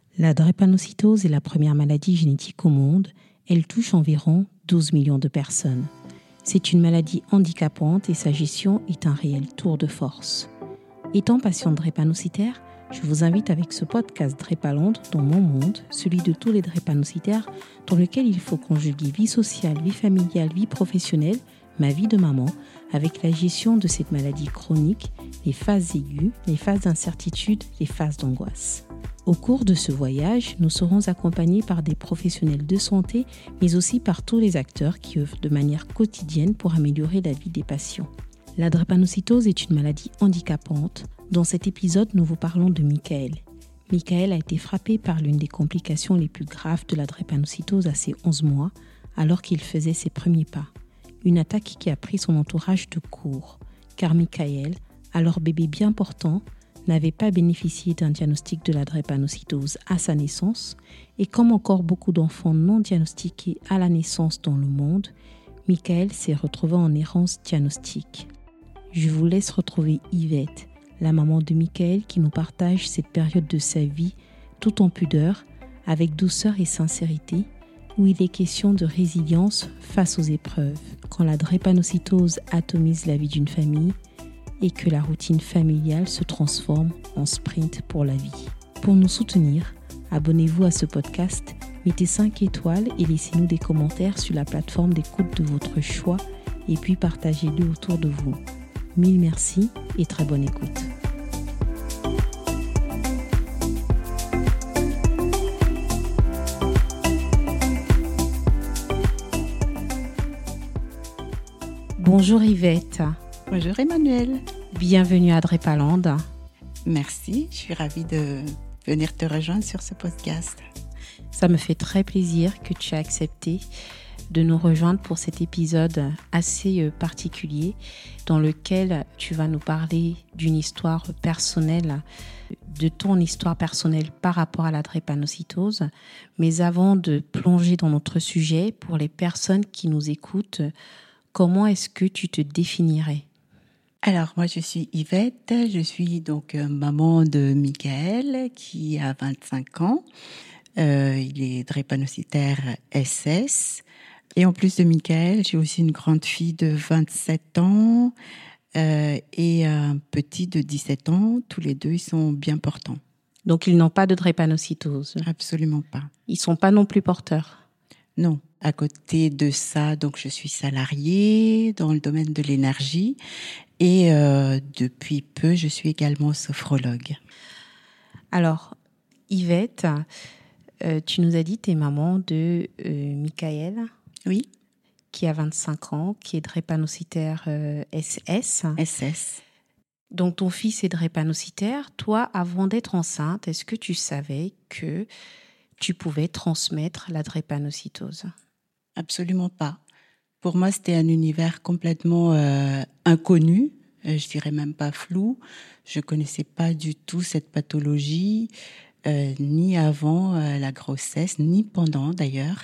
La drépanocytose est la première maladie génétique au monde. Elle touche environ 12 millions de personnes. C'est une maladie handicapante et sa gestion est un réel tour de force. Étant patiente drépanocytaire, je vous invite avec ce podcast Drépaland dans mon monde, celui de tous les drépanocytaires, dans lequel il faut conjuguer vie sociale, vie familiale, vie professionnelle, ma vie de maman, avec la gestion de cette maladie chronique, les phases aiguës, les phases d'incertitude, les phases d'angoisse. Au cours de ce voyage, nous serons accompagnés par des professionnels de santé, mais aussi par tous les acteurs qui œuvrent de manière quotidienne pour améliorer la vie des patients. La drépanocytose est une maladie handicapante. Dans cet épisode, nous vous parlons de Michael. Michael a été frappé par l'une des complications les plus graves de la drépanocytose à ses 11 mois, alors qu'il faisait ses premiers pas. Une attaque qui a pris son entourage de court, car Michael, alors bébé bien portant, n'avait pas bénéficié d'un diagnostic de la drépanocytose à sa naissance, et comme encore beaucoup d'enfants non diagnostiqués à la naissance dans le monde, Michael s'est retrouvé en errance diagnostique. Je vous laisse retrouver Yvette, la maman de Michael, qui nous partage cette période de sa vie tout en pudeur, avec douceur et sincérité, où il est question de résilience face aux épreuves, quand la drépanocytose atomise la vie d'une famille et que la routine familiale se transforme en sprint pour la vie. Pour nous soutenir, abonnez-vous à ce podcast, mettez 5 étoiles et laissez-nous des commentaires sur la plateforme d'écoute de votre choix et puis partagez-le autour de vous. Mille merci et très bonne écoute. Bonjour Yvette. Bonjour Emmanuel. Bienvenue à Drépaland. Merci, je suis ravie de venir te rejoindre sur ce podcast. Ça me fait très plaisir que tu aies accepté de nous rejoindre pour cet épisode assez particulier dans lequel tu vas nous parler d'une histoire personnelle, de ton histoire personnelle par rapport à la drépanocytose. Mais avant de plonger dans notre sujet, pour les personnes qui nous écoutent, comment est-ce que tu te définirais ? Alors moi je suis Yvette, je suis donc maman de Michael qui a 25 ans. Il est drépanocytaire SS. Et en plus de Michael, j'ai aussi une grande fille de 27 ans et un petit de 17 ans. Tous les deux, ils sont bien portants. Donc, ils n'ont pas de drépanocytose? Absolument pas. Ils ne sont pas non plus porteurs? Non. À côté de ça, donc je suis salariée dans le domaine de l'énergie et depuis peu, je suis également sophrologue. Alors, Yvette, tu nous as dit que tu es maman de Michael. Oui. Qui a 25 ans, qui est drépanocytaire SS. SS. Donc, ton fils est drépanocytaire. Toi, avant d'être enceinte, est-ce que tu savais que tu pouvais transmettre la drépanocytose? Absolument pas. Pour moi, c'était un univers complètement inconnu, je dirais même pas flou. Je connaissais pas du tout cette pathologie, ni avant la grossesse, ni pendant d'ailleurs.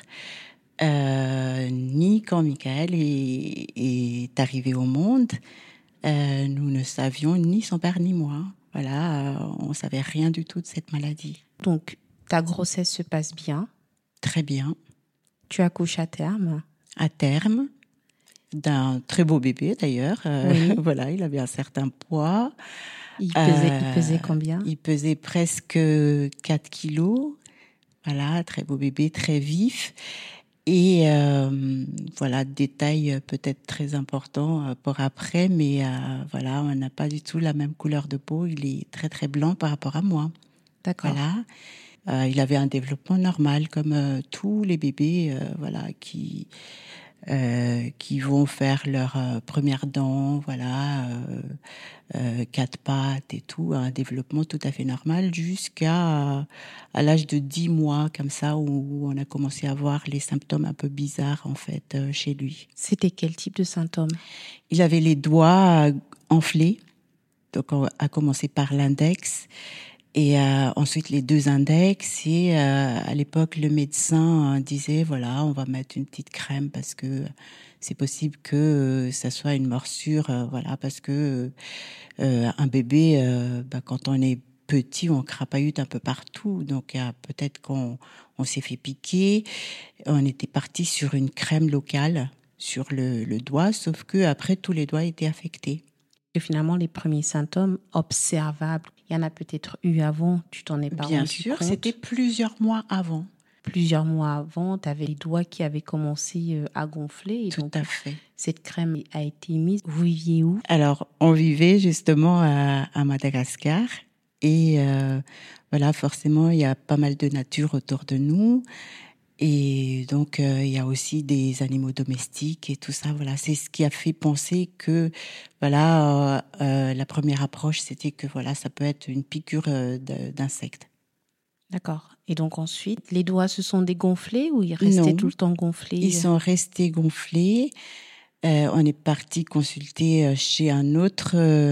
Ni quand Michael est arrivé au monde, nous ne savions ni son père ni moi. Voilà, on savait rien du tout de cette maladie. Donc, ta grossesse se passe bien? Très bien. Tu accouches à terme? À terme, d'un très beau bébé d'ailleurs. Oui. Voilà, il avait un certain poids. Il pesait combien? Il pesait presque 4 kilos. Voilà, très beau bébé, très vif. Et voilà, détail peut-être très important pour après, mais voilà, on n'a pas du tout la même couleur de peau. Il est très très blanc par rapport à moi. D'accord. Voilà, il avait un développement normal comme tous les bébés, voilà, qui vont faire leur première dent, voilà, 4 pattes et tout, un développement tout à fait normal jusqu'à à l'âge de 10 mois, comme ça, où on a commencé à voir les symptômes un peu bizarres, en fait, chez lui. C'était quel type de symptômes? Il avait les doigts enflés, donc on a commencé par l'index, et ensuite les 2 index, et à l'époque le médecin disait voilà, on va mettre une petite crème parce que c'est possible que ça soit une morsure, voilà, parce que un bébé, quand on est petit, on crapahute un peu partout. Donc, peut-être qu'on s'est fait piquer. On était parti sur une crème locale sur le doigt, sauf que après tous les doigts étaient affectés. Et finalement, les premiers symptômes observables, il y en a peut-être eu avant, tu t'en es pas Bien rendu sûr, compte. c'était plusieurs mois avant. Plusieurs mois avant, tu avais les doigts qui avaient commencé à gonfler. Et Tout donc, à fait. cette crème a été mise. Vous viviez où? Alors, on vivait justement à Madagascar. Et voilà, forcément, il y a pas mal de nature autour de nous. Et donc, il y a aussi des animaux domestiques et tout ça. Voilà, c'est ce qui a fait penser que, voilà, la première approche, c'était que voilà, ça peut être une piqûre d'insectes. D'accord. Et donc ensuite, les doigts se sont dégonflés ou ils restaient Non, tout le temps gonflés? ils sont restés gonflés. On est parti consulter chez un autre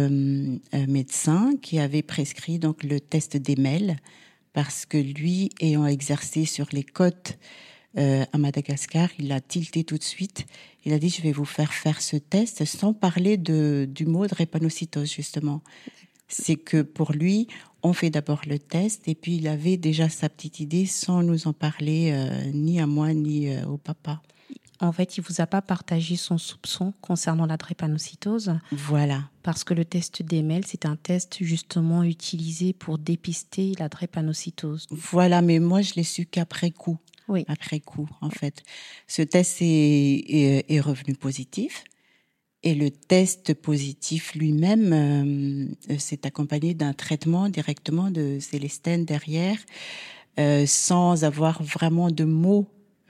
médecin qui avait prescrit donc le test d'Emel parce que lui, ayant exercé sur les côtes à Madagascar, il a tilté tout de suite. Il a dit, je vais vous faire ce test sans parler du mot de drépanocytose, justement. C'est que pour lui, on fait d'abord le test et puis il avait déjà sa petite idée sans nous en parler, ni à moi ni au papa. En fait, il ne vous a pas partagé son soupçon concernant la drépanocytose. Voilà. Parce que le test d'Emel, c'est un test justement utilisé pour dépister la drépanocytose. Voilà, mais moi, je l'ai su qu'après coup. Oui. Après coup, en fait. Ce test est revenu positif. Et le test positif lui-même s'est accompagné d'un traitement directement de Célestine derrière, sans avoir vraiment de mots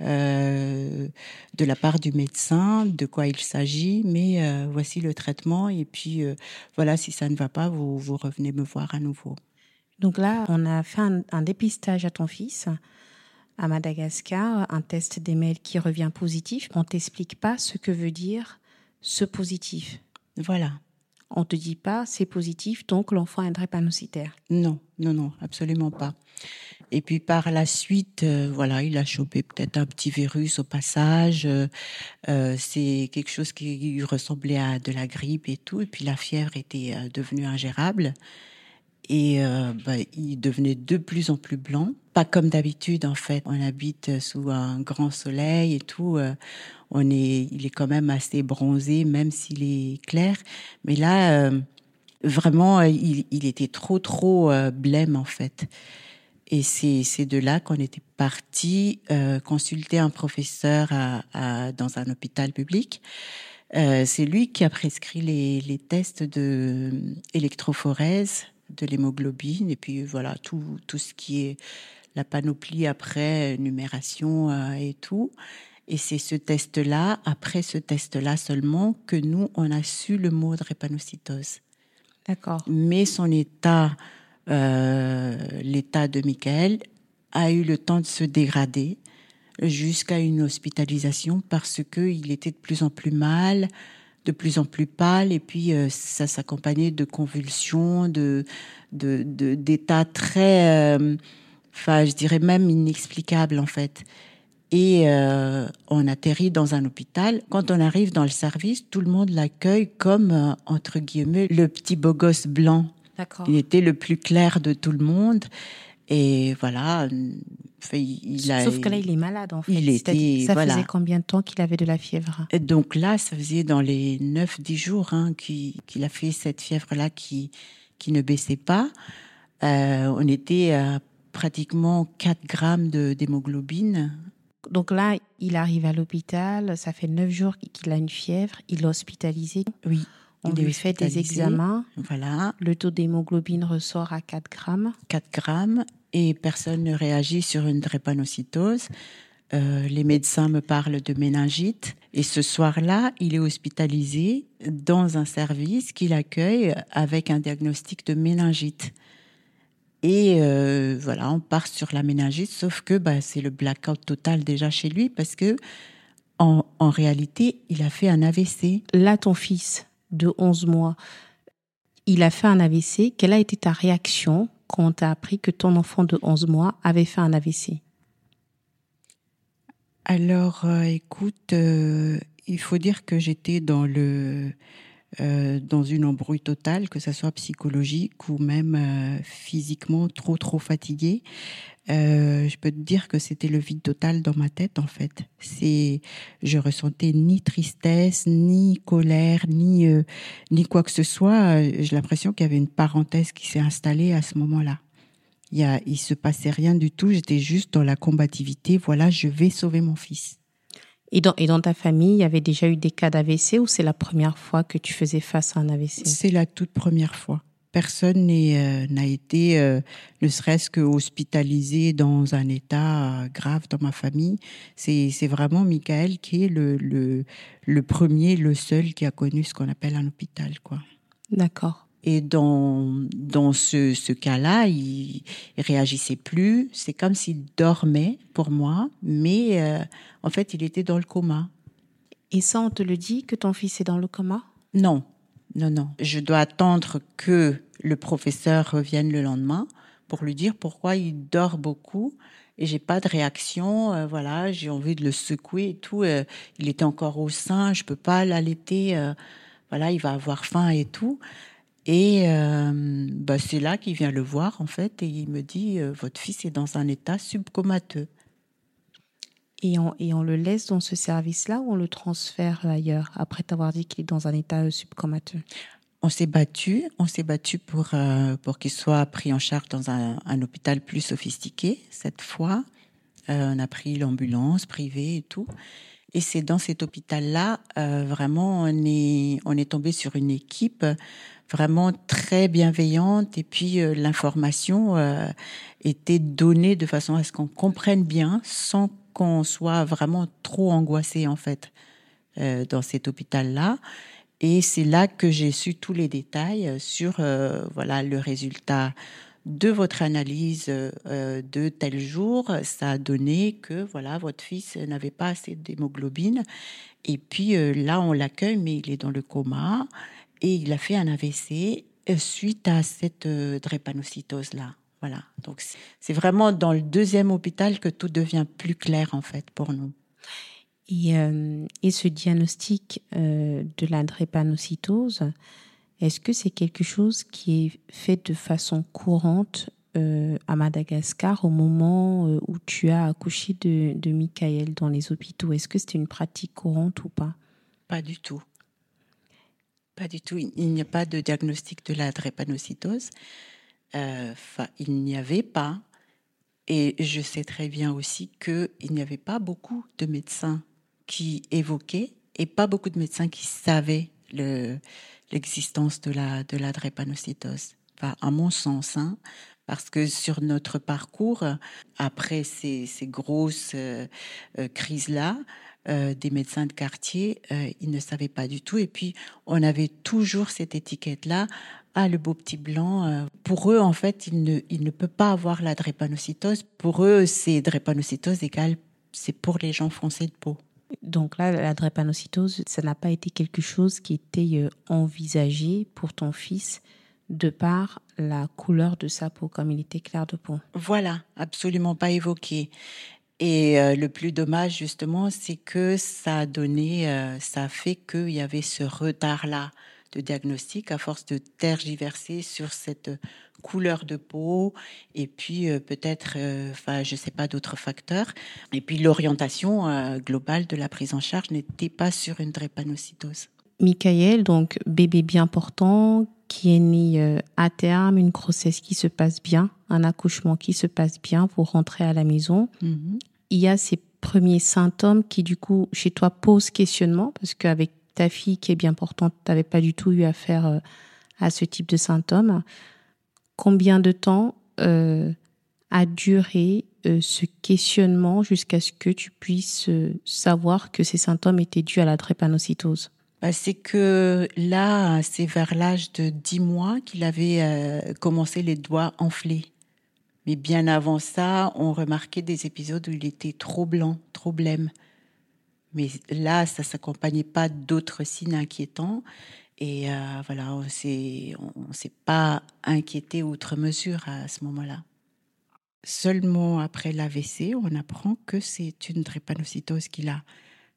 de la part du médecin, de quoi il s'agit, mais voici le traitement. Et puis, voilà, si ça ne va pas, vous revenez me voir à nouveau. Donc là, on a fait un dépistage à ton fils à Madagascar, un test d'Emel qui revient positif. On ne t'explique pas ce que veut dire ce positif. Voilà. On ne te dit pas c'est positif, donc l'enfant est drépanocytaire. Non, absolument pas. Et puis par la suite, voilà, il a chopé peut-être un petit virus au passage. C'est quelque chose qui ressemblait à de la grippe et tout. Et puis la fièvre était devenue ingérable. Et il devenait de plus en plus blanc. Pas comme d'habitude, en fait. On habite sous un grand soleil et tout. Il est quand même assez bronzé, même s'il est clair. Mais là, vraiment, il était trop blême, en fait. Et c'est de là qu'on était parti consulter un professeur dans un hôpital public. C'est lui qui a prescrit les tests de électrophorèse, de l'hémoglobine, et puis voilà, tout ce qui est la panoplie après, numération et tout. Et c'est ce test-là, après ce test-là seulement, que nous, on a su le mot drépanocytose. D'accord. Mais son état, l'état de Michael, a eu le temps de se dégrader jusqu'à une hospitalisation parce qu'il était de plus en plus mal, de plus en plus pâle, et puis ça s'accompagnait de convulsions, d'états très, je dirais même inexplicables en fait. Et on atterrit dans un hôpital. Quand on arrive dans le service, tout le monde l'accueille comme, entre guillemets, le petit beau gosse blanc. D'accord. Il était le plus clair de tout le monde. Et voilà. Sauf que là, il est malade, en fait. Ça faisait combien de temps qu'il avait de la fièvre? Et donc là, ça faisait dans les 9-10 jours qu'il a fait cette fièvre-là qui ne baissait pas. On était à pratiquement 4 grammes d'hémoglobine. Donc là, il arrive à l'hôpital, ça fait 9 jours qu'il a une fièvre, il est hospitalisé. Oui. On lui fait des examens. Voilà. Le taux d'hémoglobine ressort à 4 grammes. 4 grammes et personne ne réagit sur une drépanocytose. Les médecins me parlent de méningite. Et ce soir-là, il est hospitalisé dans un service qui l'accueille avec un diagnostic de méningite. Et voilà, on part sur la méningite, sauf que c'est le blackout total déjà chez lui parce que en réalité, il a fait un AVC. Là, ton fils de 11 mois, il a fait un AVC. Quelle a été ta réaction quand on t'a appris que ton enfant de 11 mois avait fait un AVC? Alors, écoute, il faut dire que j'étais dans le dans une embrouille totale, que ça soit psychologique ou même physiquement trop fatiguée. Je peux te dire que c'était le vide total dans ma tête en fait. Je ressentais ni tristesse, ni colère, ni quoi que ce soit. J'ai l'impression qu'il y avait une parenthèse qui s'est installée à ce moment-là. Il se passait rien du tout. J'étais juste dans la combativité. Voilà, je vais sauver mon fils. Et dans ta famille, il y avait déjà eu des cas d'AVC ou c'est la première fois que tu faisais face à un AVC? C'est la toute première fois. Personne n'a été, ne serait-ce que hospitalisé dans un état grave dans ma famille. C'est vraiment Michael qui est le premier, le seul qui a connu ce qu'on appelle un hôpital, quoi. D'accord. Et dans ce cas-là, il réagissait plus. C'est comme s'il dormait pour moi, mais en fait, il était dans le coma. Et ça, on te le dit que ton fils est dans le coma? Non. Je dois attendre que le professeur revienne le lendemain pour lui dire pourquoi il dort beaucoup. Et j'ai pas de réaction. Voilà, j'ai envie de le secouer et tout. Il était encore au sein, je peux pas l'allaiter. Voilà, il va avoir faim et tout. Et c'est là qu'il vient le voir, en fait, et il me dit votre fils est dans un état subcomateux. Et on le laisse dans ce service-là ou on le transfère ailleurs, après t'avoir dit qu'il est dans un état subcomateux? On s'est battu pour qu'il soit pris en charge dans un hôpital plus sophistiqué, cette fois. On a pris l'ambulance privée et tout. Et c'est dans cet hôpital-là, vraiment, on est tombé sur une équipe vraiment très bienveillante. Et puis, l'information était donnée de façon à ce qu'on comprenne bien, sans qu'on soit vraiment trop angoissé, en fait, dans cet hôpital-là. Et c'est là que j'ai su tous les détails sur voilà le résultat de votre analyse de tel jour. Ça a donné que voilà votre fils n'avait pas assez d'hémoglobine. Et puis là on l'accueille, mais il est dans le coma et il a fait un AVC suite à cette drépanocytose là. Voilà. Donc c'est vraiment dans le deuxième hôpital que tout devient plus clair en fait pour nous. Et ce diagnostic de la drépanocytose, est-ce que c'est quelque chose qui est fait de façon courante à Madagascar au moment où tu as accouché de Michael dans les hôpitaux? Est-ce que c'était une pratique courante ou pas? Pas du tout. Pas du tout. Il n'y a pas de diagnostic de la drépanocytose. Il n'y avait pas. Et je sais très bien aussi qu'il n'y avait pas beaucoup de médecins qui évoquaient et pas beaucoup de médecins qui savaient l'existence de la drépanocytose. Enfin, à mon sens, hein, parce que sur notre parcours, après ces grosses crises-là, des médecins de quartier, ils ne savaient pas du tout. Et puis, on avait toujours cette étiquette-là. Ah, le beau petit blanc. Pour eux, en fait, il ne peut pas avoir la drépanocytose. Pour eux, c'est drépanocytose égale, c'est pour les gens foncés de peau. Donc là, la drépanocytose, ça n'a pas été quelque chose qui était envisagé pour ton fils de par la couleur de sa peau, comme il était clair de peau. Voilà, absolument pas évoqué. Et le plus dommage, justement, c'est que ça a fait qu'il y avait ce retard-là de diagnostic à force de tergiverser sur cette couleur de peau et puis peut-être, je sais pas, d'autres facteurs. Et puis l'orientation globale de la prise en charge n'était pas sur une drépanocytose. Michael, donc bébé bien portant, qui est né à terme, une grossesse qui se passe bien, un accouchement qui se passe bien pour rentrer à la maison. Mm-hmm. Il y a ces premiers symptômes qui, du coup, chez toi, posent questionnement, parce qu'avec ta fille qui est bien portante, tu n'avais pas du tout eu affaire à ce type de symptômes. Combien de temps a duré ce questionnement jusqu'à ce que tu puisses savoir que ces symptômes étaient dus à la drépanocytose? C'est que là, c'est vers l'âge de 10 mois qu'il avait commencé les doigts enflés. Mais bien avant ça, on remarquait des épisodes où il était trop blanc, trop blême. Mais là, ça s'accompagnait pas d'autres signes inquiétants. Et voilà, on s'est pas inquiété outre mesure à ce moment-là. Seulement après l'AVC, on apprend que c'est une drépanocytose qu'il a.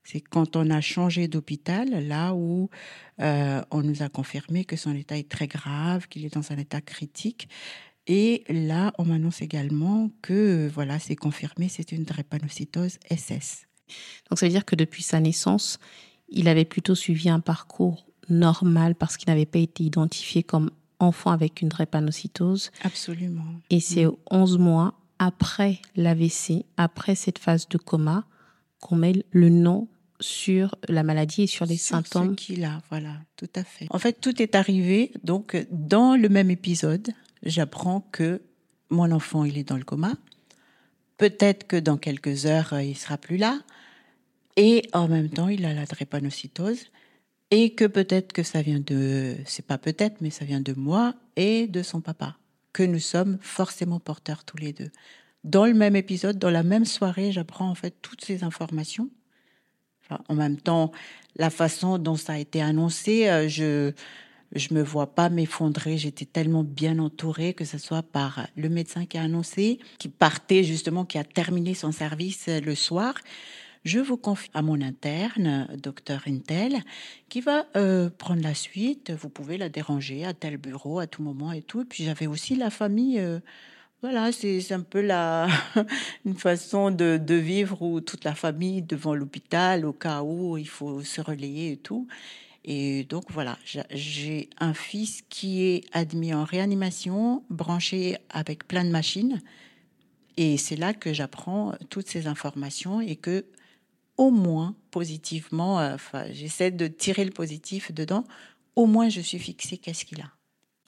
C'est quand on a changé d'hôpital, là où on nous a confirmé que son état est très grave, qu'il est dans un état critique. Et là, on m'annonce également que, voilà, c'est confirmé, c'est une drépanocytose SS. Donc, ça veut dire que depuis sa naissance, il avait plutôt suivi un parcours normal parce qu'il n'avait pas été identifié comme enfant avec une drépanocytose. Absolument. Et c'est 11 mois après l'AVC, après cette phase de coma, qu'on met le nom sur la maladie et sur les symptômes. Ce qu'il a, voilà, tout à fait. En fait, tout est arrivé, donc, dans le même épisode, j'apprends que mon enfant, il est dans le coma. Peut-être que dans quelques heures, il sera plus là. Et en même temps, il a la drépanocytose. Et que peut-être que ça vient c'est pas peut-être, mais ça vient de moi et de son papa. Que nous sommes forcément porteurs tous les deux. Dans le même épisode, dans la même soirée, j'apprends en fait toutes ces informations. Enfin, en même temps, la façon dont ça a été annoncé, je me vois pas m'effondrer. J'étais tellement bien entourée, que ce soit par le médecin qui a annoncé, qui partait justement, qui a terminé son service le soir. Je vous confie à mon interne, docteur Intel, qui va prendre la suite. Vous pouvez la déranger à tel bureau à tout moment et tout. Et puis j'avais aussi la famille. Voilà, c'est un peu une façon de vivre où toute la famille devant l'hôpital au cas où il faut se relayer et tout. Et donc voilà, j'ai un fils qui est admis en réanimation, branché avec plein de machines. Et c'est là que j'apprends toutes ces informations et que, au moins, positivement, j'essaie de tirer le positif dedans. Au moins, je suis fixée, qu'est-ce qu'il a.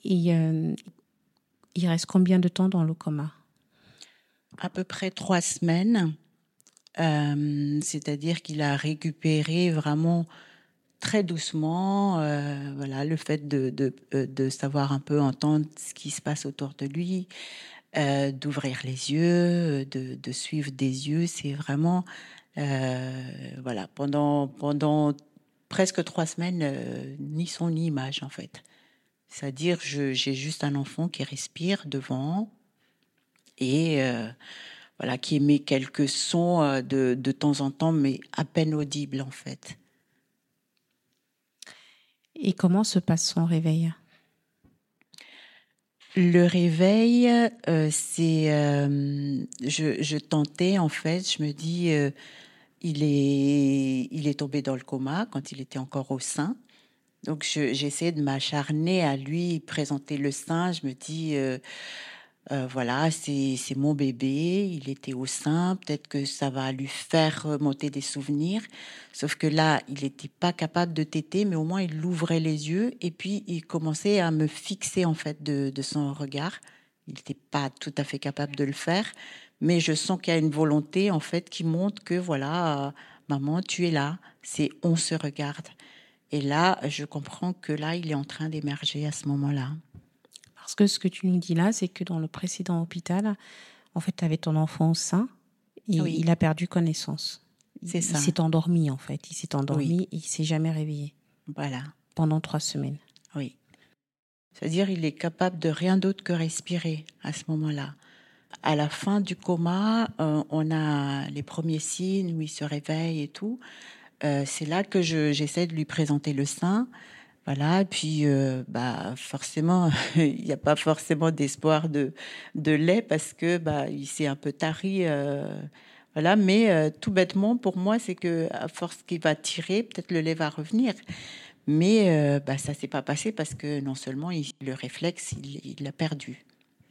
Il reste combien de temps dans le coma? À peu près 3 semaines. C'est-à-dire qu'il a récupéré vraiment très doucement, voilà, le fait de savoir un peu entendre ce qui se passe autour de lui, d'ouvrir les yeux, de suivre des yeux, c'est vraiment, voilà, pendant presque 3 semaines, ni son ni image en fait. C'est-à-dire, j'ai juste un enfant qui respire devant et voilà, qui émet quelques sons de temps en temps, mais à peine audibles en fait. Et comment se passe son réveil? Le réveil, je tentais en fait, je me dis, il est tombé dans le coma quand il était encore au sein. Donc j'essaie de m'acharner à lui présenter le sein. Je me dis, voilà, c'est mon bébé, il était au sein, peut-être que ça va lui faire remonter des souvenirs. Sauf que là, il n'était pas capable de téter, mais au moins il ouvrait les yeux et puis il commençait à me fixer en fait de son regard. Il n'était pas tout à fait capable de le faire, mais je sens qu'il y a une volonté en fait qui montre que voilà, maman, tu es là, c'est on se regarde. Et là, je comprends que là, il est en train d'émerger à ce moment-là. Parce que ce que tu nous dis là, c'est que dans le précédent hôpital, en fait, tu avais ton enfant au sein et Oui. il a perdu connaissance. C'est ça. Il s'est endormi, en fait. Il s'est endormi Oui. et il ne s'est jamais réveillé. Voilà. Pendant 3 semaines. Oui. C'est-à-dire, il est capable de rien d'autre que respirer à ce moment-là. À la fin du coma, on a les premiers signes où il se réveille et tout. C'est là que j'essaie de lui présenter le sein. Voilà, puis forcément, il n'y a pas forcément d'espoir de lait parce que il s'est un peu tari. Voilà, mais tout bêtement, pour moi, c'est que à force qu'il va tirer, peut-être le lait va revenir. Mais ça s'est pas passé parce que non seulement le réflexe, il l'a perdu.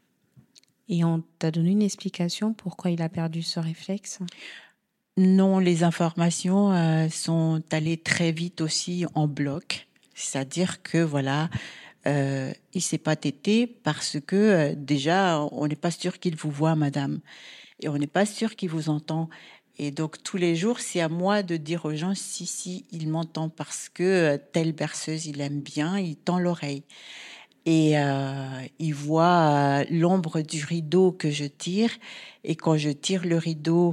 Et on t'a donné une explication pourquoi il a perdu ce réflexe? Non, les informations sont allées très vite aussi en bloc. C'est-à-dire que voilà, il s'est pas tété parce que déjà, on n'est pas sûr qu'il vous voit, madame. Et on n'est pas sûr qu'il vous entend. Et donc, tous les jours, c'est à moi de dire aux gens, si, il m'entend parce que telle berceuse, il aime bien, il tend l'oreille. Et il voit l'ombre du rideau que je tire. Et quand je tire le rideau,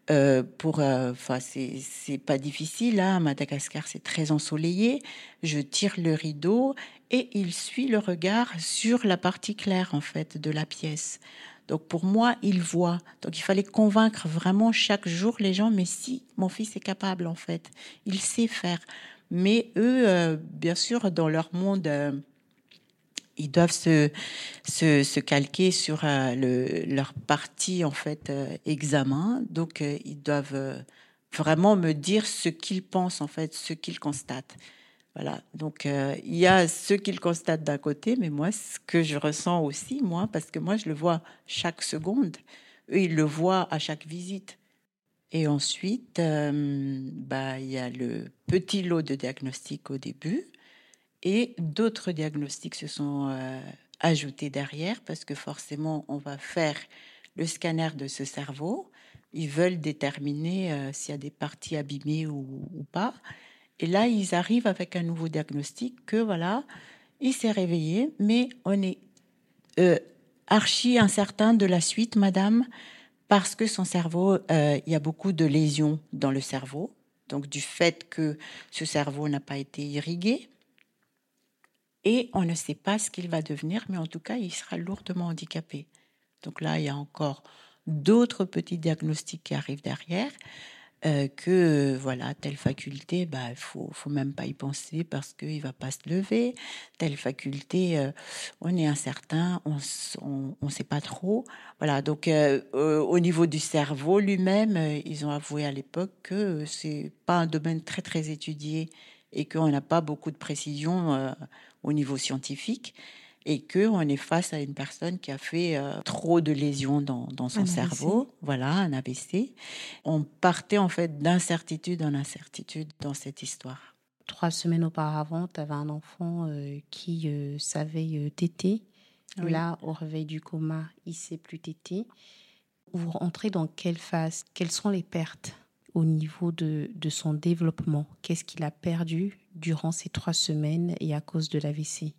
c'est pas difficile, hein, à Madagascar, c'est très ensoleillé. Je tire le rideau et il suit le regard sur la partie claire, en fait, de la pièce. Donc pour moi, il voit. Donc il fallait convaincre vraiment chaque jour les gens, mais si, mon fils est capable en fait, il sait faire. Mais eux, bien sûr, dans leur monde, ils doivent se calquer sur leur partie en fait examen. Donc ils doivent vraiment me dire ce qu'ils pensent en fait, ce qu'ils constatent. Voilà. Donc il y a ce qu'ils constatent d'un côté, mais moi ce que je ressens aussi moi, parce que moi je le vois chaque seconde, eux ils le voient à chaque visite. Et ensuite, il y a le petit lot de diagnostics au début. Et d'autres diagnostics se sont ajoutés derrière parce que forcément, on va faire le scanner de ce cerveau. Ils veulent déterminer s'il y a des parties abîmées ou pas. Et là, ils arrivent avec un nouveau diagnostic que voilà, il s'est réveillé, mais on est euh, archi incertain de la suite, madame, parce que son cerveau, il y a beaucoup de lésions dans le cerveau. Donc, du fait que ce cerveau n'a pas été irrigué, et on ne sait pas ce qu'il va devenir, mais en tout cas, il sera lourdement handicapé. Donc là, il y a encore d'autres petits diagnostics qui arrivent derrière, voilà, telle faculté, il faut même pas y penser parce qu'il va pas se lever. Telle faculté, on est incertain, on sait pas trop. Voilà, donc au niveau du cerveau lui-même, ils ont avoué à l'époque que c'est pas un domaine très très étudié et qu'on n'a pas beaucoup de précision au niveau scientifique et qu'on est face à une personne qui a fait trop de lésions dans son cerveau, voilà, un AVC. On partait en fait d'incertitude en incertitude dans cette histoire. 3 semaines auparavant, tu avais un enfant qui savait téter. Oui. Là, au réveil du coma, il ne sait plus téter. Vous rentrez dans quelle phase? Quelles sont les pertes au niveau de son développement? Qu'est-ce qu'il a perdu durant ces 3 semaines et à cause de l'AVC?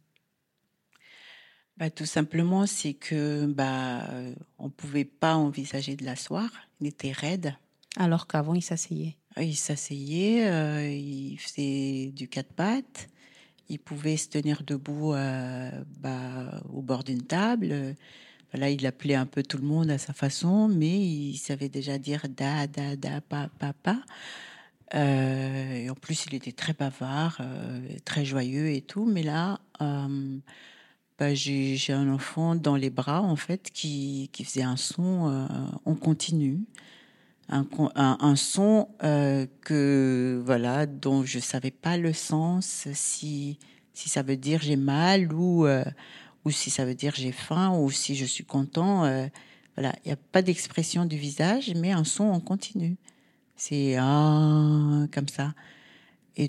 Tout simplement, c'est que on pouvait pas envisager de l'asseoir. Il était raide. Alors qu'avant, il s'asseyait. Il s'asseyait, il faisait du quatre pattes. Il pouvait se tenir debout au bord d'une table. Voilà, il appelait un peu tout le monde à sa façon, mais il savait déjà dire da, da, da, pa, pa, pa. Et en plus, il était très bavard, très joyeux et tout. Mais là, j'ai un enfant dans les bras, en fait, qui faisait un son en continu. Un son dont je savais pas le sens, si ça veut dire j'ai mal ou si ça veut dire j'ai faim ou si je suis content. Voilà, il n'y a pas d'expression du visage, mais un son en continu. C'est comme ça. Et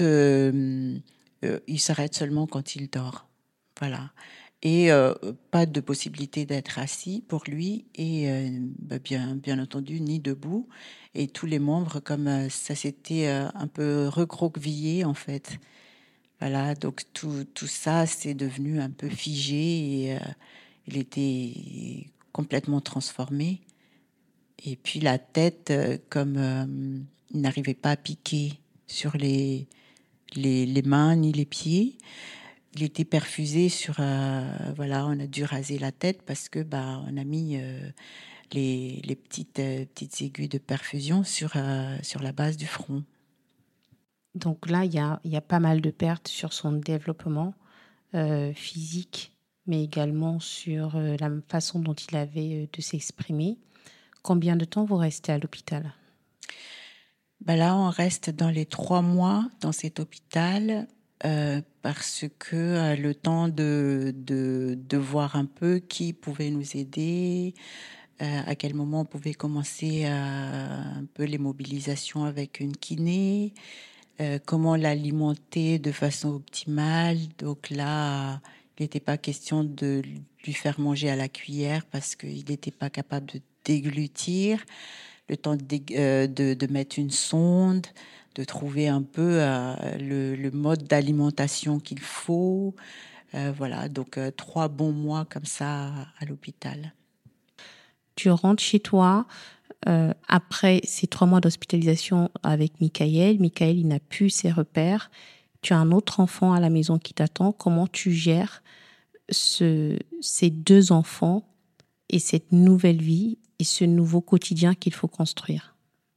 il s'arrête seulement quand il dort. Voilà. Et pas de possibilité d'être assis pour lui et bien entendu ni debout. Et tous les membres, comme ça s'était un peu recroquevillé en fait. Voilà, donc tout ça, c'est devenu un peu figé et il était complètement transformé. Et puis la tête, comme il n'arrivait pas à piquer sur les mains ni les pieds, il était perfusé sur... voilà, on a dû raser la tête parce que on a mis les petites aiguilles de perfusion sur la base du front. Donc là, il y a pas mal de pertes sur son développement physique, mais également sur la façon dont il avait de s'exprimer. Combien de temps vous restez à l'hôpital? Là, on reste dans les 3 mois dans cet hôpital parce que le temps de voir un peu qui pouvait nous aider, à quel moment on pouvait commencer un peu les mobilisations avec une kiné, comment l'alimenter de façon optimale. Donc là, il n'était pas question de lui faire manger à la cuillère parce qu'il n'était pas capable de déglutir. Le temps de mettre une sonde, de trouver un peu le mode d'alimentation qu'il faut. Voilà, donc 3 bons mois comme ça à l'hôpital. Tu rentres chez toi. Après ces 3 mois d'hospitalisation avec Michael, il n'a plus ses repères. Tu as un autre enfant à la maison qui t'attend. Comment tu gères ces 2 enfants et cette nouvelle vie et ce nouveau quotidien qu'il faut construire?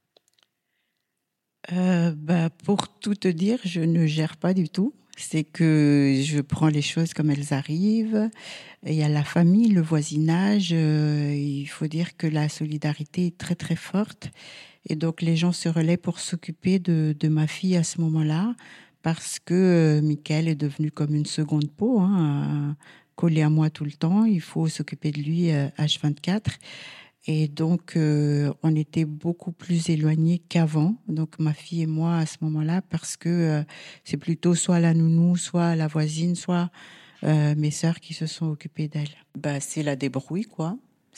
Pour tout te dire, je ne gère pas du tout. C'est que je prends les choses comme elles arrivent. Il y a la famille, le voisinage. Il faut dire que la solidarité est très très forte. Et donc les gens se relaient pour s'occuper de ma fille à ce moment-là, parce que Michael est devenu comme une seconde peau, hein, collé à moi tout le temps. Il faut s'occuper de lui H24. Et donc, on était beaucoup plus éloignés qu'avant, donc ma fille et moi à ce moment-là, parce que c'est plutôt soit la nounou, soit la voisine, soit mes sœurs qui se sont occupées d'elle. C'est la débrouille, quoi.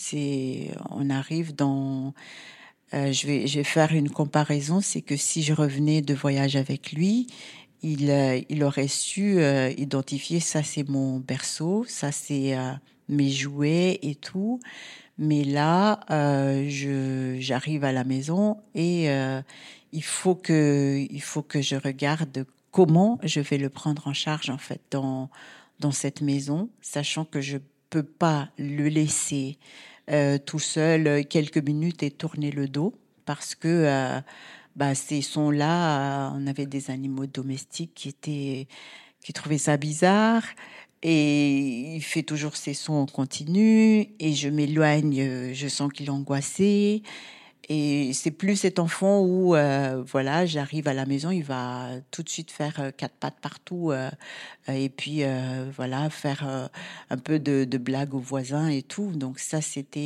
On arrive dans, je vais faire une comparaison, c'est que si je revenais de voyage avec lui, il aurait su identifier, ça c'est mon berceau, ça c'est mes jouets et tout. Mais là, j'arrive à la maison et il faut que je regarde comment je vais le prendre en charge en fait dans cette maison, sachant que je peux pas le laisser tout seul quelques minutes et tourner le dos parce que ces sons-là, on avait des animaux domestiques qui trouvaient ça bizarre. Et il fait toujours ses sons en continu et je m'éloigne, je sens qu'il est angoissé. Et c'est plus cet enfant où, voilà, j'arrive à la maison, il va tout de suite faire quatre pattes partout et puis, voilà, faire un peu de blagues aux voisins et tout. Donc ça,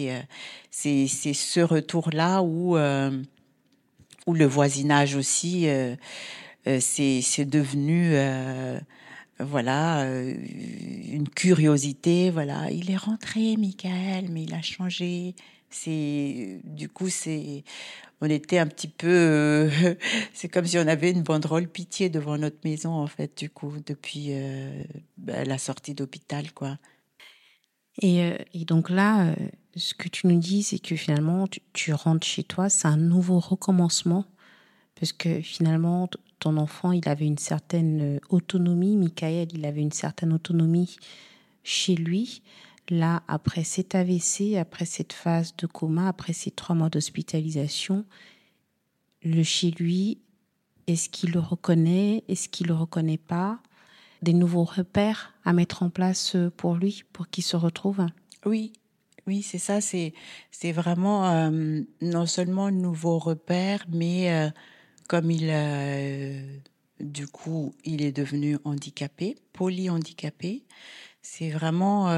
c'est ce retour-là où le voisinage aussi, c'est devenu... voilà, une curiosité, voilà. Il est rentré, Michael, mais il a changé. Du coup, on était un petit peu, c'est comme si on avait une banderole pitié devant notre maison, en fait, du coup, depuis la sortie d'hôpital, quoi. Et donc là, ce que tu nous dis, c'est que finalement, tu rentres chez toi, c'est un nouveau recommencement, parce que finalement, ton enfant, il avait une certaine autonomie, Michael, il avait une certaine autonomie chez lui. Là, après cet AVC, après cette phase de coma, après ces 3 mois d'hospitalisation, le chez lui, est-ce qu'il le reconnaît? Est-ce qu'il le reconnaît pas? Des nouveaux repères à mettre en place pour lui, pour qu'il se retrouve? Oui, oui, c'est ça. C'est vraiment non seulement un nouveau repère, mais comme du coup, il est devenu handicapé, polyhandicapé. C'est vraiment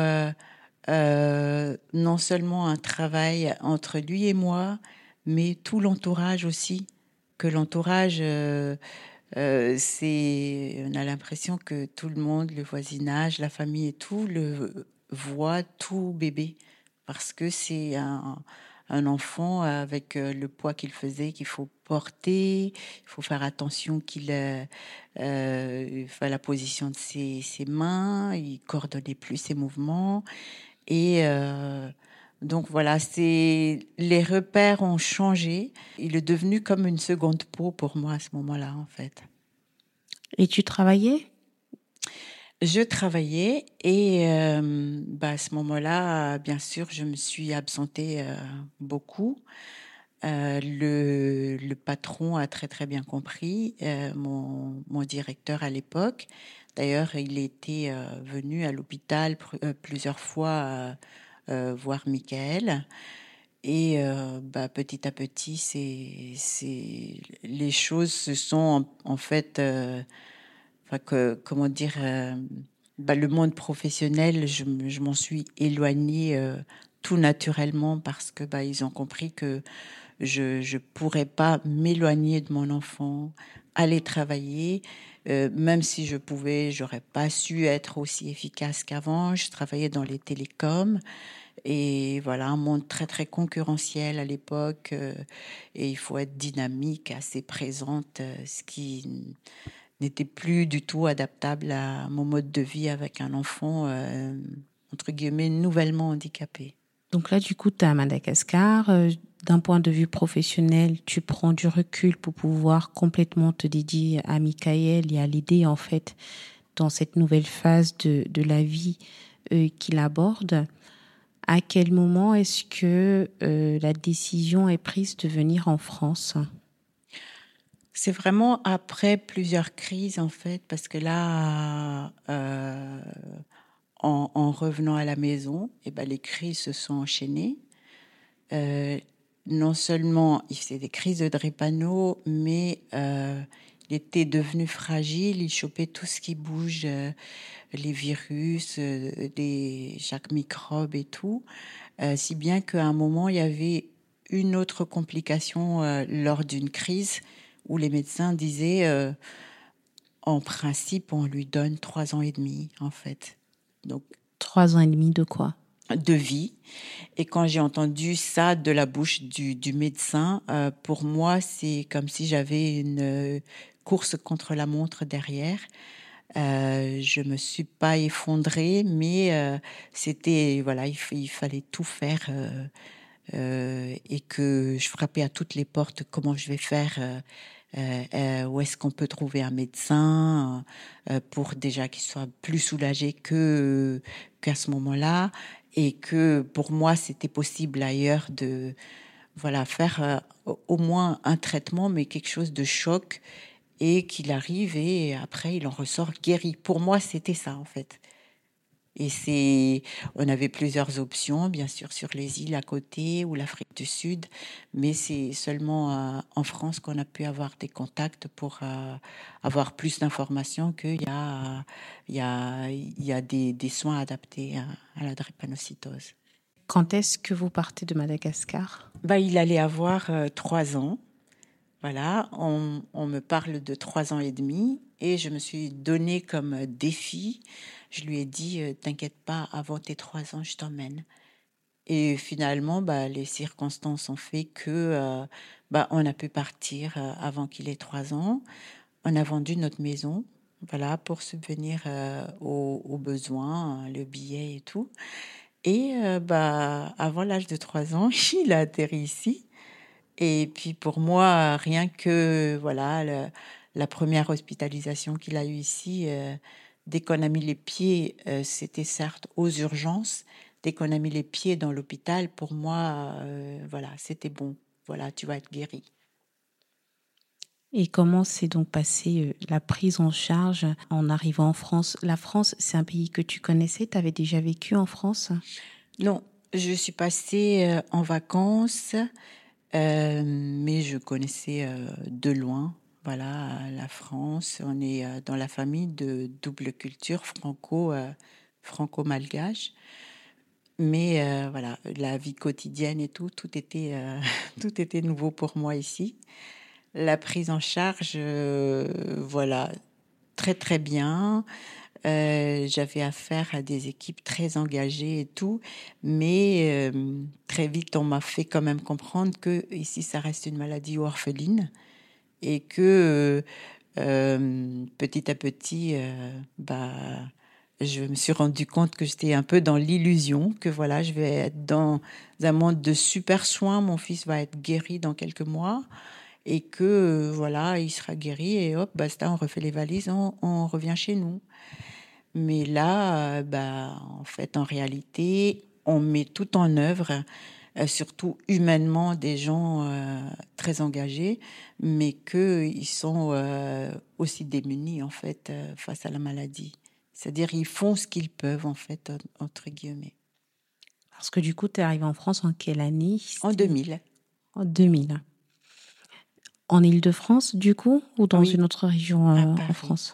non seulement un travail entre lui et moi, mais tout l'entourage aussi. Que l'entourage, on a l'impression que tout le monde, le voisinage, la famille et tout, le voit tout bébé. Parce que c'est un enfant avec le poids qu'il faisait, qu'il faut porter, il faut faire attention qu'il fait la position de ses mains, il coordonnait plus ses mouvements. Et donc voilà, les repères ont changé. Il est devenu comme une seconde peau pour moi à ce moment-là, en fait. Et tu travaillais? Je travaillais et à ce moment-là, bien sûr, je me suis absentée beaucoup. Le patron a très très bien compris, mon directeur à l'époque. D'ailleurs, il était venu à l'hôpital plusieurs fois voir Michael. Et petit à petit, les choses se sont en fait, comment dire, le monde professionnel, je m'en suis éloignée tout naturellement parce que ils ont compris que je pourrais pas m'éloigner de mon enfant, aller travailler. Même si je pouvais, j'aurais pas su être aussi efficace qu'avant. Je travaillais dans les télécoms et voilà, un monde très très concurrentiel à l'époque. Et il faut être dynamique, assez présente, ce qui n'était plus du tout adaptable à mon mode de vie avec un enfant entre guillemets nouvellement handicapé. Donc là, du coup, tu es à Madagascar. D'un point de vue professionnel, tu prends du recul pour pouvoir complètement te dédier à Michael et à l'aider, en fait, dans cette nouvelle phase de la vie qu'il aborde. À quel moment est-ce que la décision est prise de venir en France? C'est vraiment après plusieurs crises, en fait, parce que là, en revenant à la maison, les crises se sont enchaînées. Non seulement il faisait des crises de drépano, mais il était devenu fragile, il chopait tout ce qui bouge, les virus, chaque microbe et tout, si bien qu'à un moment, il y avait une autre complication lors d'une crise où les médecins disaient, en principe, on lui donne 3 ans et demi, en fait. Donc, 3 ans et demi de quoi? de vie. Et quand j'ai entendu ça de la bouche du médecin, pour moi, c'est comme si j'avais une course contre la montre derrière. Je me suis pas effondrée, mais c'était voilà, il fallait tout faire et que je frappais à toutes les portes. Comment je vais faire? Où est-ce qu'on peut trouver un médecin pour déjà qu'il soit plus soulagé qu'à ce moment-là, et que pour moi c'était possible ailleurs de voilà faire au moins un traitement, mais quelque chose de choc, et qu'il arrive et après il en ressort guéri. Pour moi c'était ça en fait. On avait plusieurs options, bien sûr, sur les îles à côté ou l'Afrique du Sud, mais c'est seulement en France qu'on a pu avoir des contacts pour avoir plus d'informations qu'il y a des soins adaptés à la drépanocytose. Quand est-ce que vous partez de Madagascar? Il allait avoir 3 ans. Voilà, on me parle de 3 ans et demi et je me suis donné comme défi. Je lui ai dit, t'inquiète pas, avant tes 3 ans, je t'emmène. Et finalement, les circonstances ont fait que on a pu partir avant qu'il ait 3 ans. On a vendu notre maison, voilà, pour subvenir aux besoins, le billet et tout. Et avant l'âge de 3 ans, il a atterri ici. Et puis pour moi, rien que voilà la première hospitalisation qu'il a eue ici, dès qu'on a mis les pieds, c'était certes aux urgences. Dès qu'on a mis les pieds dans l'hôpital, pour moi, voilà, c'était bon. Voilà, tu vas être guéri. Et comment s'est donc passée la prise en charge en arrivant en France? La France, c'est un pays que tu connaissais? Tu avais déjà vécu en France? Non, je suis passée en vacances, mais je connaissais de loin. Voilà, la France, on est dans la famille de double culture franco-malgache. Mais voilà, la vie quotidienne et tout était, tout était nouveau pour moi ici. La prise en charge, voilà, très très bien. J'avais affaire à des équipes très engagées et tout, mais très vite on m'a fait quand même comprendre que ici ça reste une maladie orpheline et que petit à petit, je me suis rendu compte que j'étais un peu dans l'illusion, que voilà, je vais être dans un monde de super soins, mon fils va être guéri dans quelques mois et que voilà, il sera guéri et hop, basta, on refait les valises, on revient chez nous. Mais là, en fait, en réalité, on met tout en œuvre, surtout humainement, des gens très engagés, mais qu'ils sont aussi démunis, en fait, face à la maladie. C'est-à-dire, ils font ce qu'ils peuvent, en fait, entre guillemets. Parce que du coup, tu es arrivée en France en quelle année? En 2000. En 2000. En Île-de-France, du coup, ou dans Oui, une autre région à en Paris. France?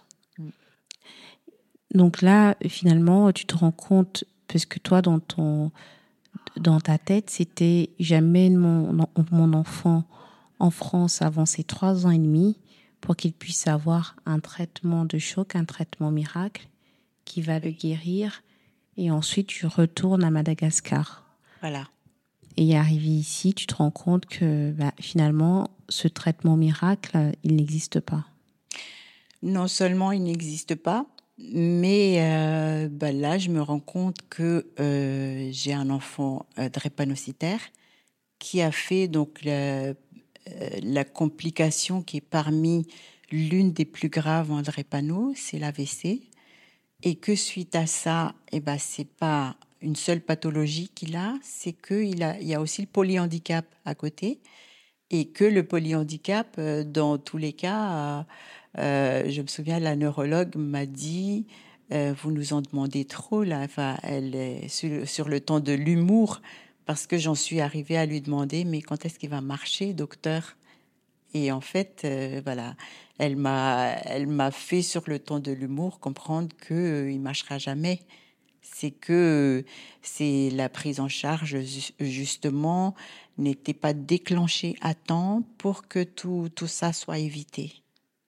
Donc là, finalement, tu te rends compte, parce que toi, dans ta tête, c'était j'amène mon enfant en France avant ses 3 ans et demi pour qu'il puisse avoir un traitement de choc, un traitement miracle qui va le guérir. Et ensuite, tu retournes à Madagascar. Voilà. Et arrivé ici, tu te rends compte que finalement, ce traitement miracle, il n'existe pas. Non seulement il n'existe pas, mais là, je me rends compte que j'ai un enfant drépanocytaire qui a fait donc la complication qui est parmi l'une des plus graves en drépano, c'est l'AVC, et que suite à ça, c'est pas une seule pathologie qu'il a, c'est qu'il y a aussi le polyhandicap à côté. Et que le polyhandicap, dans tous les cas, je me souviens, la neurologue m'a dit, vous nous en demandez trop, là. Enfin, elle est sur le ton de l'humour, parce que j'en suis arrivée à lui demander, mais quand est-ce qu'il va marcher, docteur? Et en fait, voilà, elle m'a fait sur le ton de l'humour comprendre que il marchera jamais. C'est que c'est la prise en charge justement n'était pas déclenchée à temps pour que tout ça soit évité.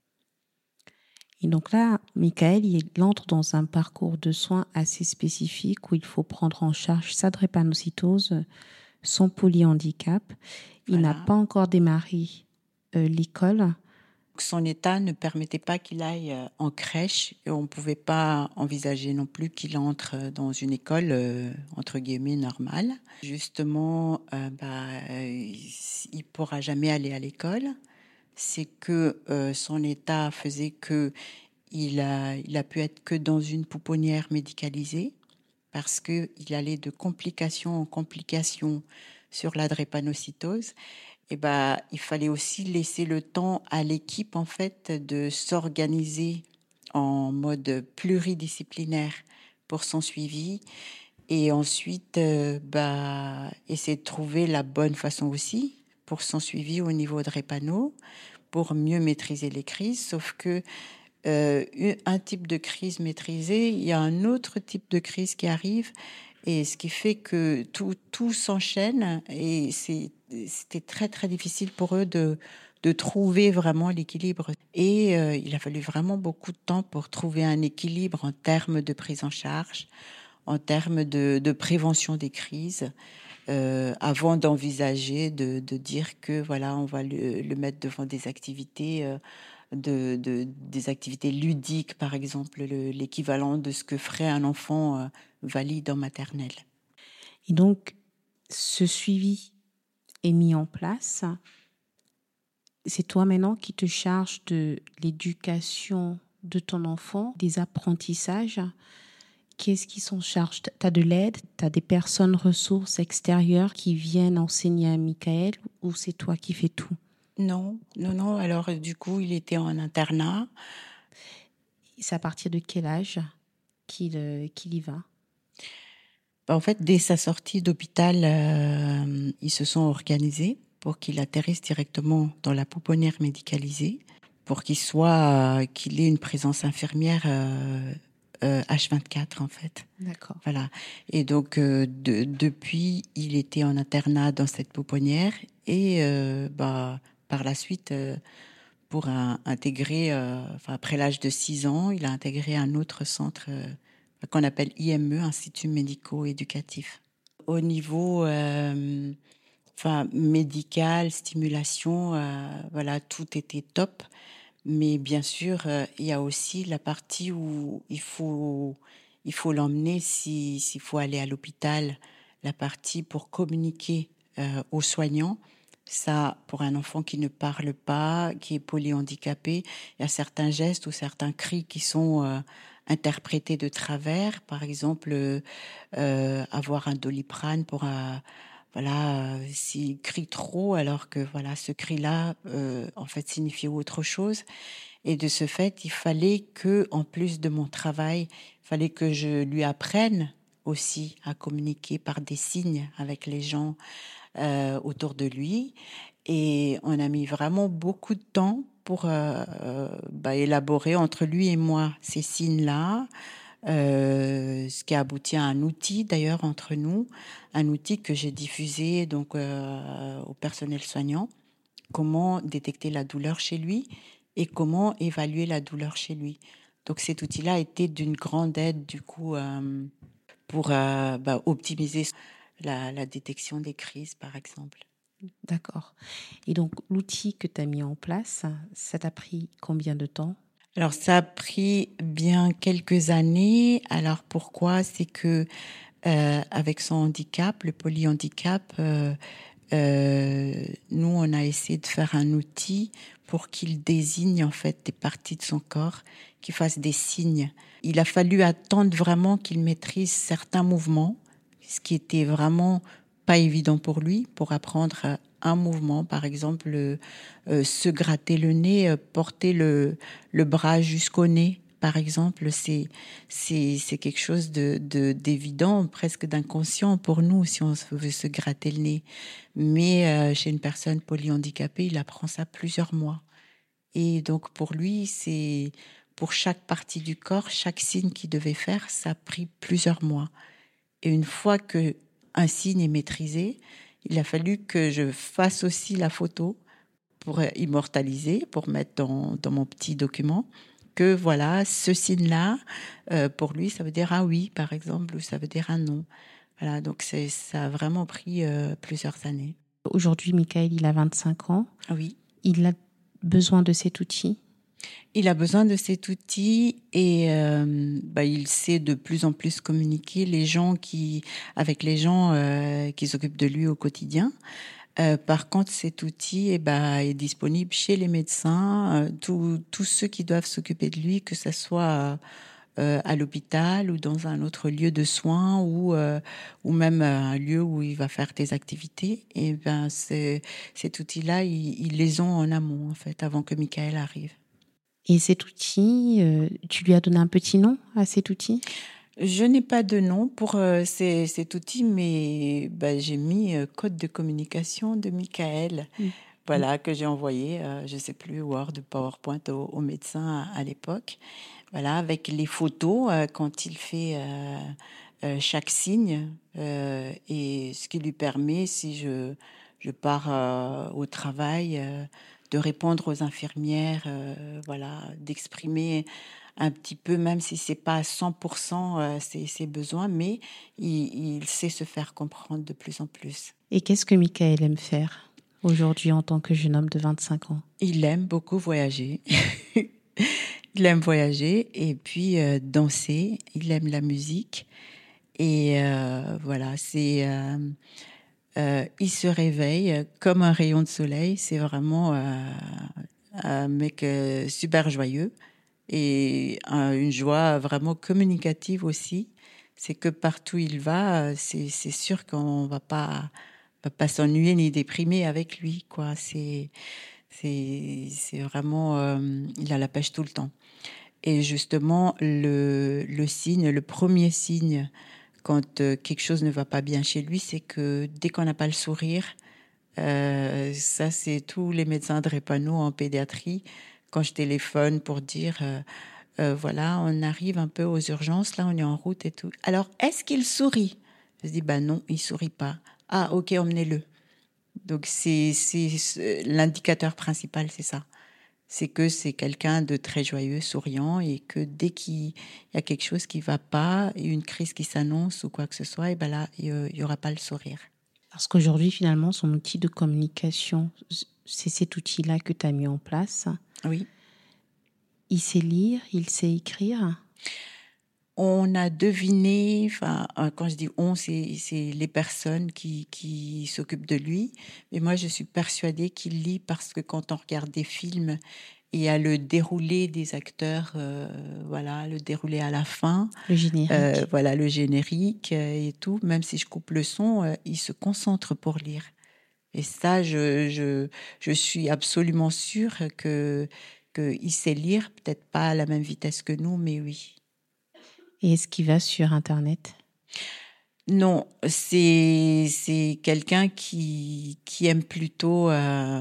Et donc là, Michael, il entre dans un parcours de soins assez spécifique où il faut prendre en charge sa drépanocytose, son polyhandicap. Il n'a Voilà. pas encore démarré l'école. Son état ne permettait pas qu'il aille en crèche et on ne pouvait pas envisager non plus qu'il entre dans une école entre guillemets normale. Justement, il ne pourra jamais aller à l'école. C'est que son état faisait que il a pu être que dans une pouponnière médicalisée parce que il allait de complication en complication sur la drépanocytose. Et il fallait aussi laisser le temps à l'équipe en fait de s'organiser en mode pluridisciplinaire pour son suivi et ensuite essayer de trouver la bonne façon aussi pour son suivi au niveau drépano pour mieux maîtriser les crises. Sauf que un type de crise maîtrisée, il y a un autre type de crise qui arrive et ce qui fait que tout s'enchaîne et c'était très très difficile pour eux de trouver vraiment l'équilibre. Et il a fallu vraiment beaucoup de temps pour trouver un équilibre en termes de prise en charge, en termes de prévention des crises. Avant d'envisager de dire que voilà, on va le mettre devant des activités des activités ludiques, par exemple, l'équivalent de ce que ferait un enfant valide en maternelle. Et donc, ce suivi est mis en place. C'est toi maintenant qui te charges de l'éducation de ton enfant, des apprentissages. Qu'est-ce qui s'en charge? Tu as de l'aide? Tu as des personnes ressources extérieures qui viennent enseigner à Michael ou c'est toi qui fais tout? Non. Alors, du coup, il était en internat. C'est à partir de quel âge qu'il y va? En fait, dès sa sortie d'hôpital, ils se sont organisés pour qu'il atterrisse directement dans la pouponnière médicalisée, pour qu'il ait une présence infirmière H24 en fait. D'accord. Voilà. Et donc depuis, il était en internat dans cette pouponnière et par la suite, pour intégrer, après l'âge de 6 ans, il a intégré un autre centre qu'on appelle IME, Institut médico-éducatif. Au niveau médical, stimulation, voilà, tout était top. Mais bien sûr, il y a aussi la partie où il faut l'emmener s'il faut aller à l'hôpital, la partie pour communiquer aux soignants. Ça, pour un enfant qui ne parle pas, qui est polyhandicapé, il y a certains gestes ou certains cris qui sont interprétés de travers. Par exemple, avoir un Doliprane pour s'il crie trop, alors que voilà, ce cri-là, en fait, signifiait autre chose. Et de ce fait, il fallait que, en plus de mon travail, il fallait que je lui apprenne aussi à communiquer par des signes avec les gens autour de lui. Et on a mis vraiment beaucoup de temps pour élaborer entre lui et moi ces signes-là. Ce qui a abouti à un outil d'ailleurs entre nous, un outil que j'ai diffusé donc au personnel soignant, comment détecter la douleur chez lui et comment évaluer la douleur chez lui. Donc cet outil-là a été d'une grande aide du coup pour optimiser la détection des crises par exemple. D'accord. Et donc l'outil que tu as mis en place, ça t'a pris combien de temps? Alors ça a pris bien quelques années. Alors pourquoi? C'est que avec son handicap, le polyhandicap, nous on a essayé de faire un outil pour qu'il désigne en fait des parties de son corps, qu'il fasse des signes. Il a fallu attendre vraiment qu'il maîtrise certains mouvements ce qui était vraiment pas évident pour lui, pour apprendre un mouvement, par exemple, se gratter le nez, porter le bras jusqu'au nez. Par exemple, c'est quelque chose d'évident, presque d'inconscient pour nous si on veut se gratter le nez. Mais chez une personne polyhandicapée, il apprend ça plusieurs mois. Et donc pour lui, c'est pour chaque partie du corps, chaque signe qu'il devait faire, ça a pris plusieurs mois. Et une fois que un signe est maîtrisé, il a fallu que je fasse aussi la photo pour immortaliser, pour mettre dans mon petit document que voilà, ce signe-là, pour lui, ça veut dire un oui, par exemple, ou ça veut dire un non. Voilà, donc ça a vraiment pris plusieurs années. Aujourd'hui, Michael, il a 25 ans. Oui. Il a besoin de cet outil. Il a besoin de cet outil et il sait de plus en plus communiquer avec les gens qui s'occupent de lui au quotidien. Par contre, cet outil est disponible chez les médecins, tous ceux qui doivent s'occuper de lui, que ce soit à l'hôpital ou dans un autre lieu de soins ou même un lieu où il va faire des activités. Et cet outil-là, ils les ont en amont en fait, avant que Michael arrive. Et cet outil, tu lui as donné un petit nom à cet outil ? Je n'ai pas de nom pour cet outil, mais j'ai mis code de communication de Michael, voilà, que j'ai envoyé, je ne sais plus, Word, PowerPoint au médecin à l'époque, voilà, avec les photos quand il fait chaque signe et ce qui lui permet, si je pars au travail, de répondre aux infirmières, voilà, d'exprimer un petit peu, même si c'est pas à 100% ses besoins, mais il sait se faire comprendre de plus en plus. Et qu'est-ce que Michael aime faire aujourd'hui en tant que jeune homme de 25 ans ? Il aime beaucoup voyager. Il aime voyager et puis danser. Il aime la musique. Et voilà, il se réveille comme un rayon de soleil. C'est vraiment un mec super joyeux. Et une joie vraiment communicative aussi. C'est que partout où il va, c'est sûr qu'on va pas s'ennuyer ni déprimer avec lui, quoi. C'est vraiment, il a la pêche tout le temps. Et justement, le signe, le premier signe quand quelque chose ne va pas bien chez lui, c'est que dès qu'on n'a pas le sourire, ça c'est tous les médecins drépano en pédiatrie. Quand je téléphone pour dire, voilà, on arrive un peu aux urgences, là, on est en route et tout. Alors, est-ce qu'il sourit ? Je dis, non, il sourit pas. Ah, ok, emmenez-le. Donc, c'est l'indicateur principal, c'est ça. C'est que c'est quelqu'un de très joyeux, souriant, et que dès qu'il y a quelque chose qui va pas, une crise qui s'annonce ou quoi que ce soit, et là, il y aura pas le sourire. Parce qu'aujourd'hui, finalement, son outil de communication, c'est cet outil-là que tu as mis en place. Oui. Il sait lire, il sait écrire. On a deviné, quand je dis on, c'est les personnes qui s'occupent de lui. Mais moi, je suis persuadée qu'il lit parce que quand on regarde des films, il y a le déroulé des acteurs, voilà, le déroulé à la fin. Le générique. Voilà, le générique et tout. Même si je coupe le son, il se concentre pour lire. Et ça, je suis absolument sûre qu'il sait lire, peut-être pas à la même vitesse que nous, mais oui. Et est-ce qu'il va sur Internet ? Non, c'est quelqu'un qui aime plutôt,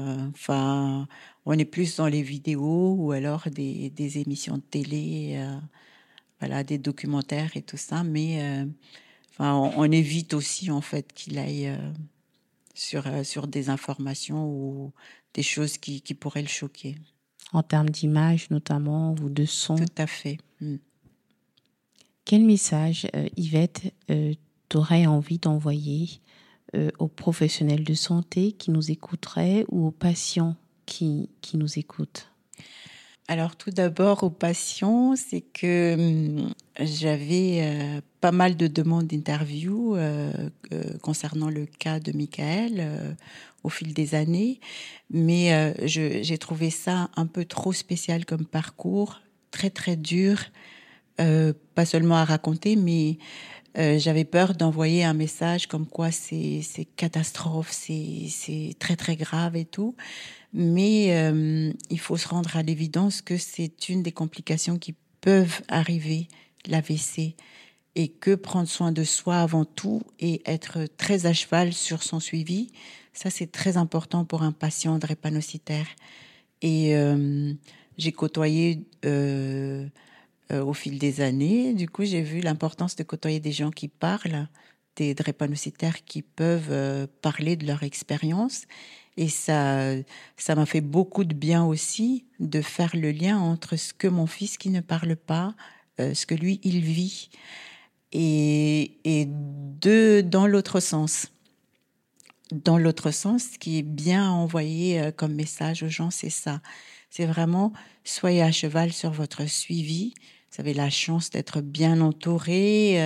on est plus dans les vidéos ou alors des émissions de télé, voilà, des documentaires et tout ça, mais on évite aussi en fait qu'il aille sur des informations ou des choses qui pourraient le choquer. En termes d'image notamment ou de son. Tout à fait. Quel message, Yvette, t'aurais envie d'envoyer aux professionnels de santé qui nous écouteraient ou aux patients qui nous écoutent ? Alors tout d'abord aux patients, c'est que j'avais pas mal de demandes d'interview concernant le cas de Michael au fil des années, mais j'ai trouvé ça un peu trop spécial comme parcours, très très dur, pas seulement à raconter, mais J'avais peur d'envoyer un message comme quoi c'est catastrophe, c'est très très grave et tout. Mais il faut se rendre à l'évidence que c'est une des complications qui peuvent arriver, l'AVC, et que prendre soin de soi avant tout et être très à cheval sur son suivi, ça c'est très important pour un patient drépanocytaire. Et j'ai côtoyé au fil des années, du coup j'ai vu l'importance de côtoyer des gens qui parlent, des drépanocytaires qui peuvent parler de leur expérience. Et ça m'a fait beaucoup de bien aussi de faire le lien entre ce que mon fils qui ne parle pas, ce que lui il vit, et dans l'autre sens. Dans l'autre sens, ce qui est bien envoyé comme message aux gens, c'est ça. C'est vraiment, soyez à cheval sur votre suivi. Vous avez la chance d'être bien entouré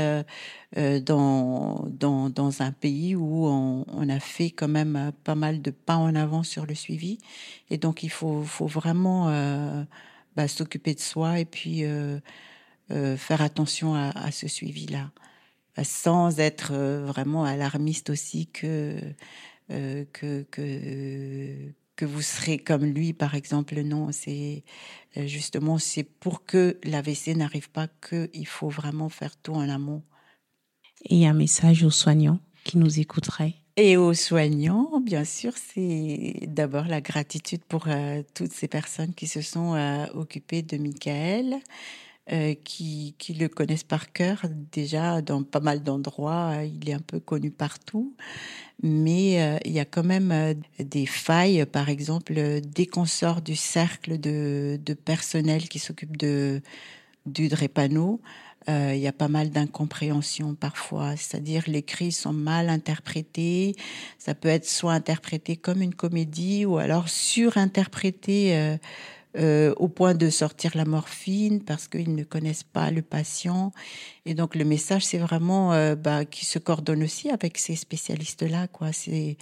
dans un pays où on a fait quand même pas mal de pas en avant sur le suivi. Et donc, il faut vraiment s'occuper de soi et puis faire attention à ce suivi-là, sans être vraiment alarmiste aussi euh, que, que, que vous serez comme lui, par exemple. Non, c'est justement, c'est pour que l'AVC n'arrive pas qu'il faut vraiment faire tout en amont. Et un message aux soignants qui nous écouteraient. Et aux soignants, bien sûr, c'est d'abord la gratitude pour toutes ces personnes qui se sont occupées de Michael, qui le connaissent par cœur. Déjà, dans pas mal d'endroits, il est un peu connu partout. Mais il y a quand même des failles. Par exemple, dès qu'on sort du cercle de personnel qui s'occupe du drépano, il y a pas mal d'incompréhension parfois. C'est-à-dire les cris sont mal interprétés. Ça peut être soit interprété comme une comédie ou alors surinterprété au point de sortir la morphine parce qu'ils ne connaissent pas le patient. Et donc le message, c'est vraiment qui se coordonne aussi avec ces spécialistes-là, quoi.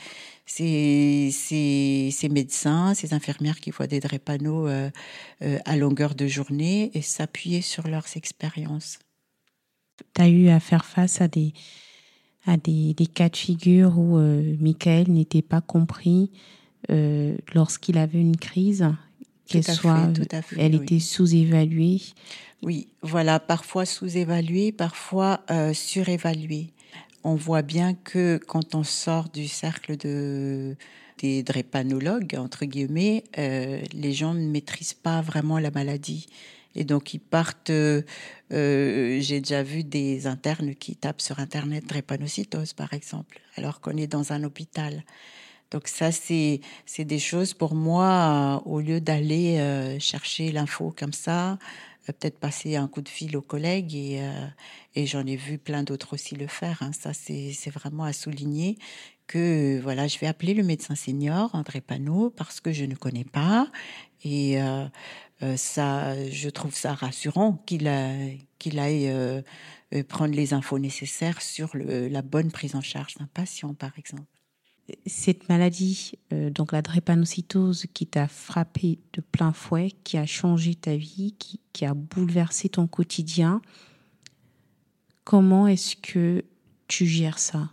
Ces médecins, ces infirmières qui voient des drépano à longueur de journée et s'appuyer sur leurs expériences. Tu as eu à faire face à des cas de figure où Michael n'était pas compris lorsqu'il avait une crise, Tout à fait, elle oui. était sous-évaluée. Oui, voilà, parfois sous-évaluée, parfois surévaluée. On voit bien que quand on sort du cercle des drépanologues, entre guillemets, les gens ne maîtrisent pas vraiment la maladie. Et donc, ils partent. J'ai déjà vu des internes qui tapent sur Internet drépanocytose, par exemple, alors qu'on est dans un hôpital. Donc ça, c'est des choses pour moi, au lieu d'aller chercher l'info comme ça, peut-être passer un coup de fil aux collègues et j'en ai vu plein d'autres aussi le faire. Hein. Ça, c'est vraiment à souligner que voilà, je vais appeler le médecin senior André Panot parce que je ne connais pas et ça, je trouve ça rassurant qu'il aille prendre les infos nécessaires sur la bonne prise en charge d'un patient, par exemple. Cette maladie, donc la drépanocytose, qui t'a frappé de plein fouet, qui a changé ta vie, qui a bouleversé ton quotidien, comment est-ce que tu gères ça?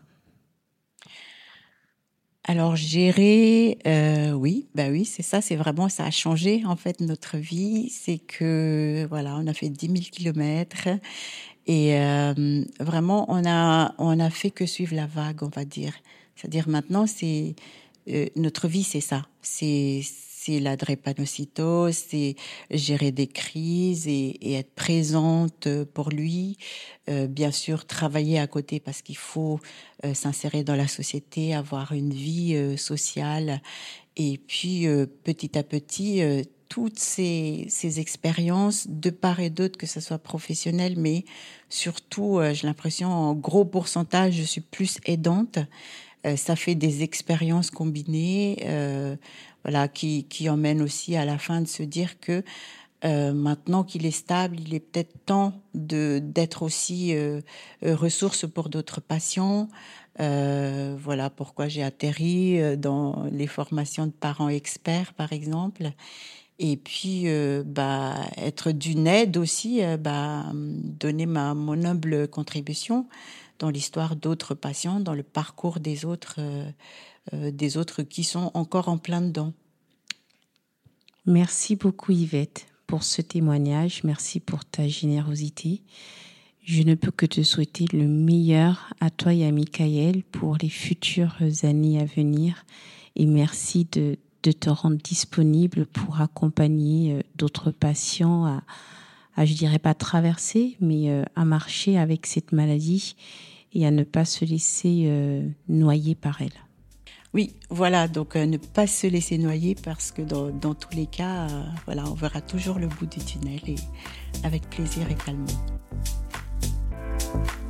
Alors gérer, oui, bah oui, c'est ça, c'est vraiment ça a changé en fait notre vie. C'est que voilà, on a fait 10 000 kilomètres et vraiment on a fait que suivre la vague, on va dire. C'est-à-dire maintenant c'est notre vie, c'est ça, c'est la drépanocytose, c'est gérer des crises et être présente pour lui. Bien sûr, travailler à côté parce qu'il faut s'insérer dans la société, avoir une vie sociale. Et puis, petit à petit, toutes ces expériences de part et d'autre, que ce soit professionnel, mais surtout, j'ai l'impression, en gros pourcentage, je suis plus aidante. Ça fait des expériences combinées, voilà, qui emmènent aussi à la fin de se dire que maintenant qu'il est stable, il est peut-être temps d'être aussi ressource pour d'autres patients. Voilà pourquoi j'ai atterri dans les formations de parents experts, par exemple. Et puis, être d'une aide aussi, donner mon humble contribution. dans l'histoire d'autres patients, dans le parcours des autres qui sont encore en plein dedans. Merci beaucoup Yvette pour ce témoignage, merci pour ta générosité. Je ne peux que te souhaiter le meilleur à toi et à Michael pour les futures années à venir et merci de te rendre disponible pour accompagner d'autres patients à je dirais pas traverser, mais à marcher avec cette maladie et à ne pas se laisser noyer par elle. Oui, voilà, donc ne pas se laisser noyer parce que dans tous les cas, on verra toujours le bout du tunnel et avec plaisir également.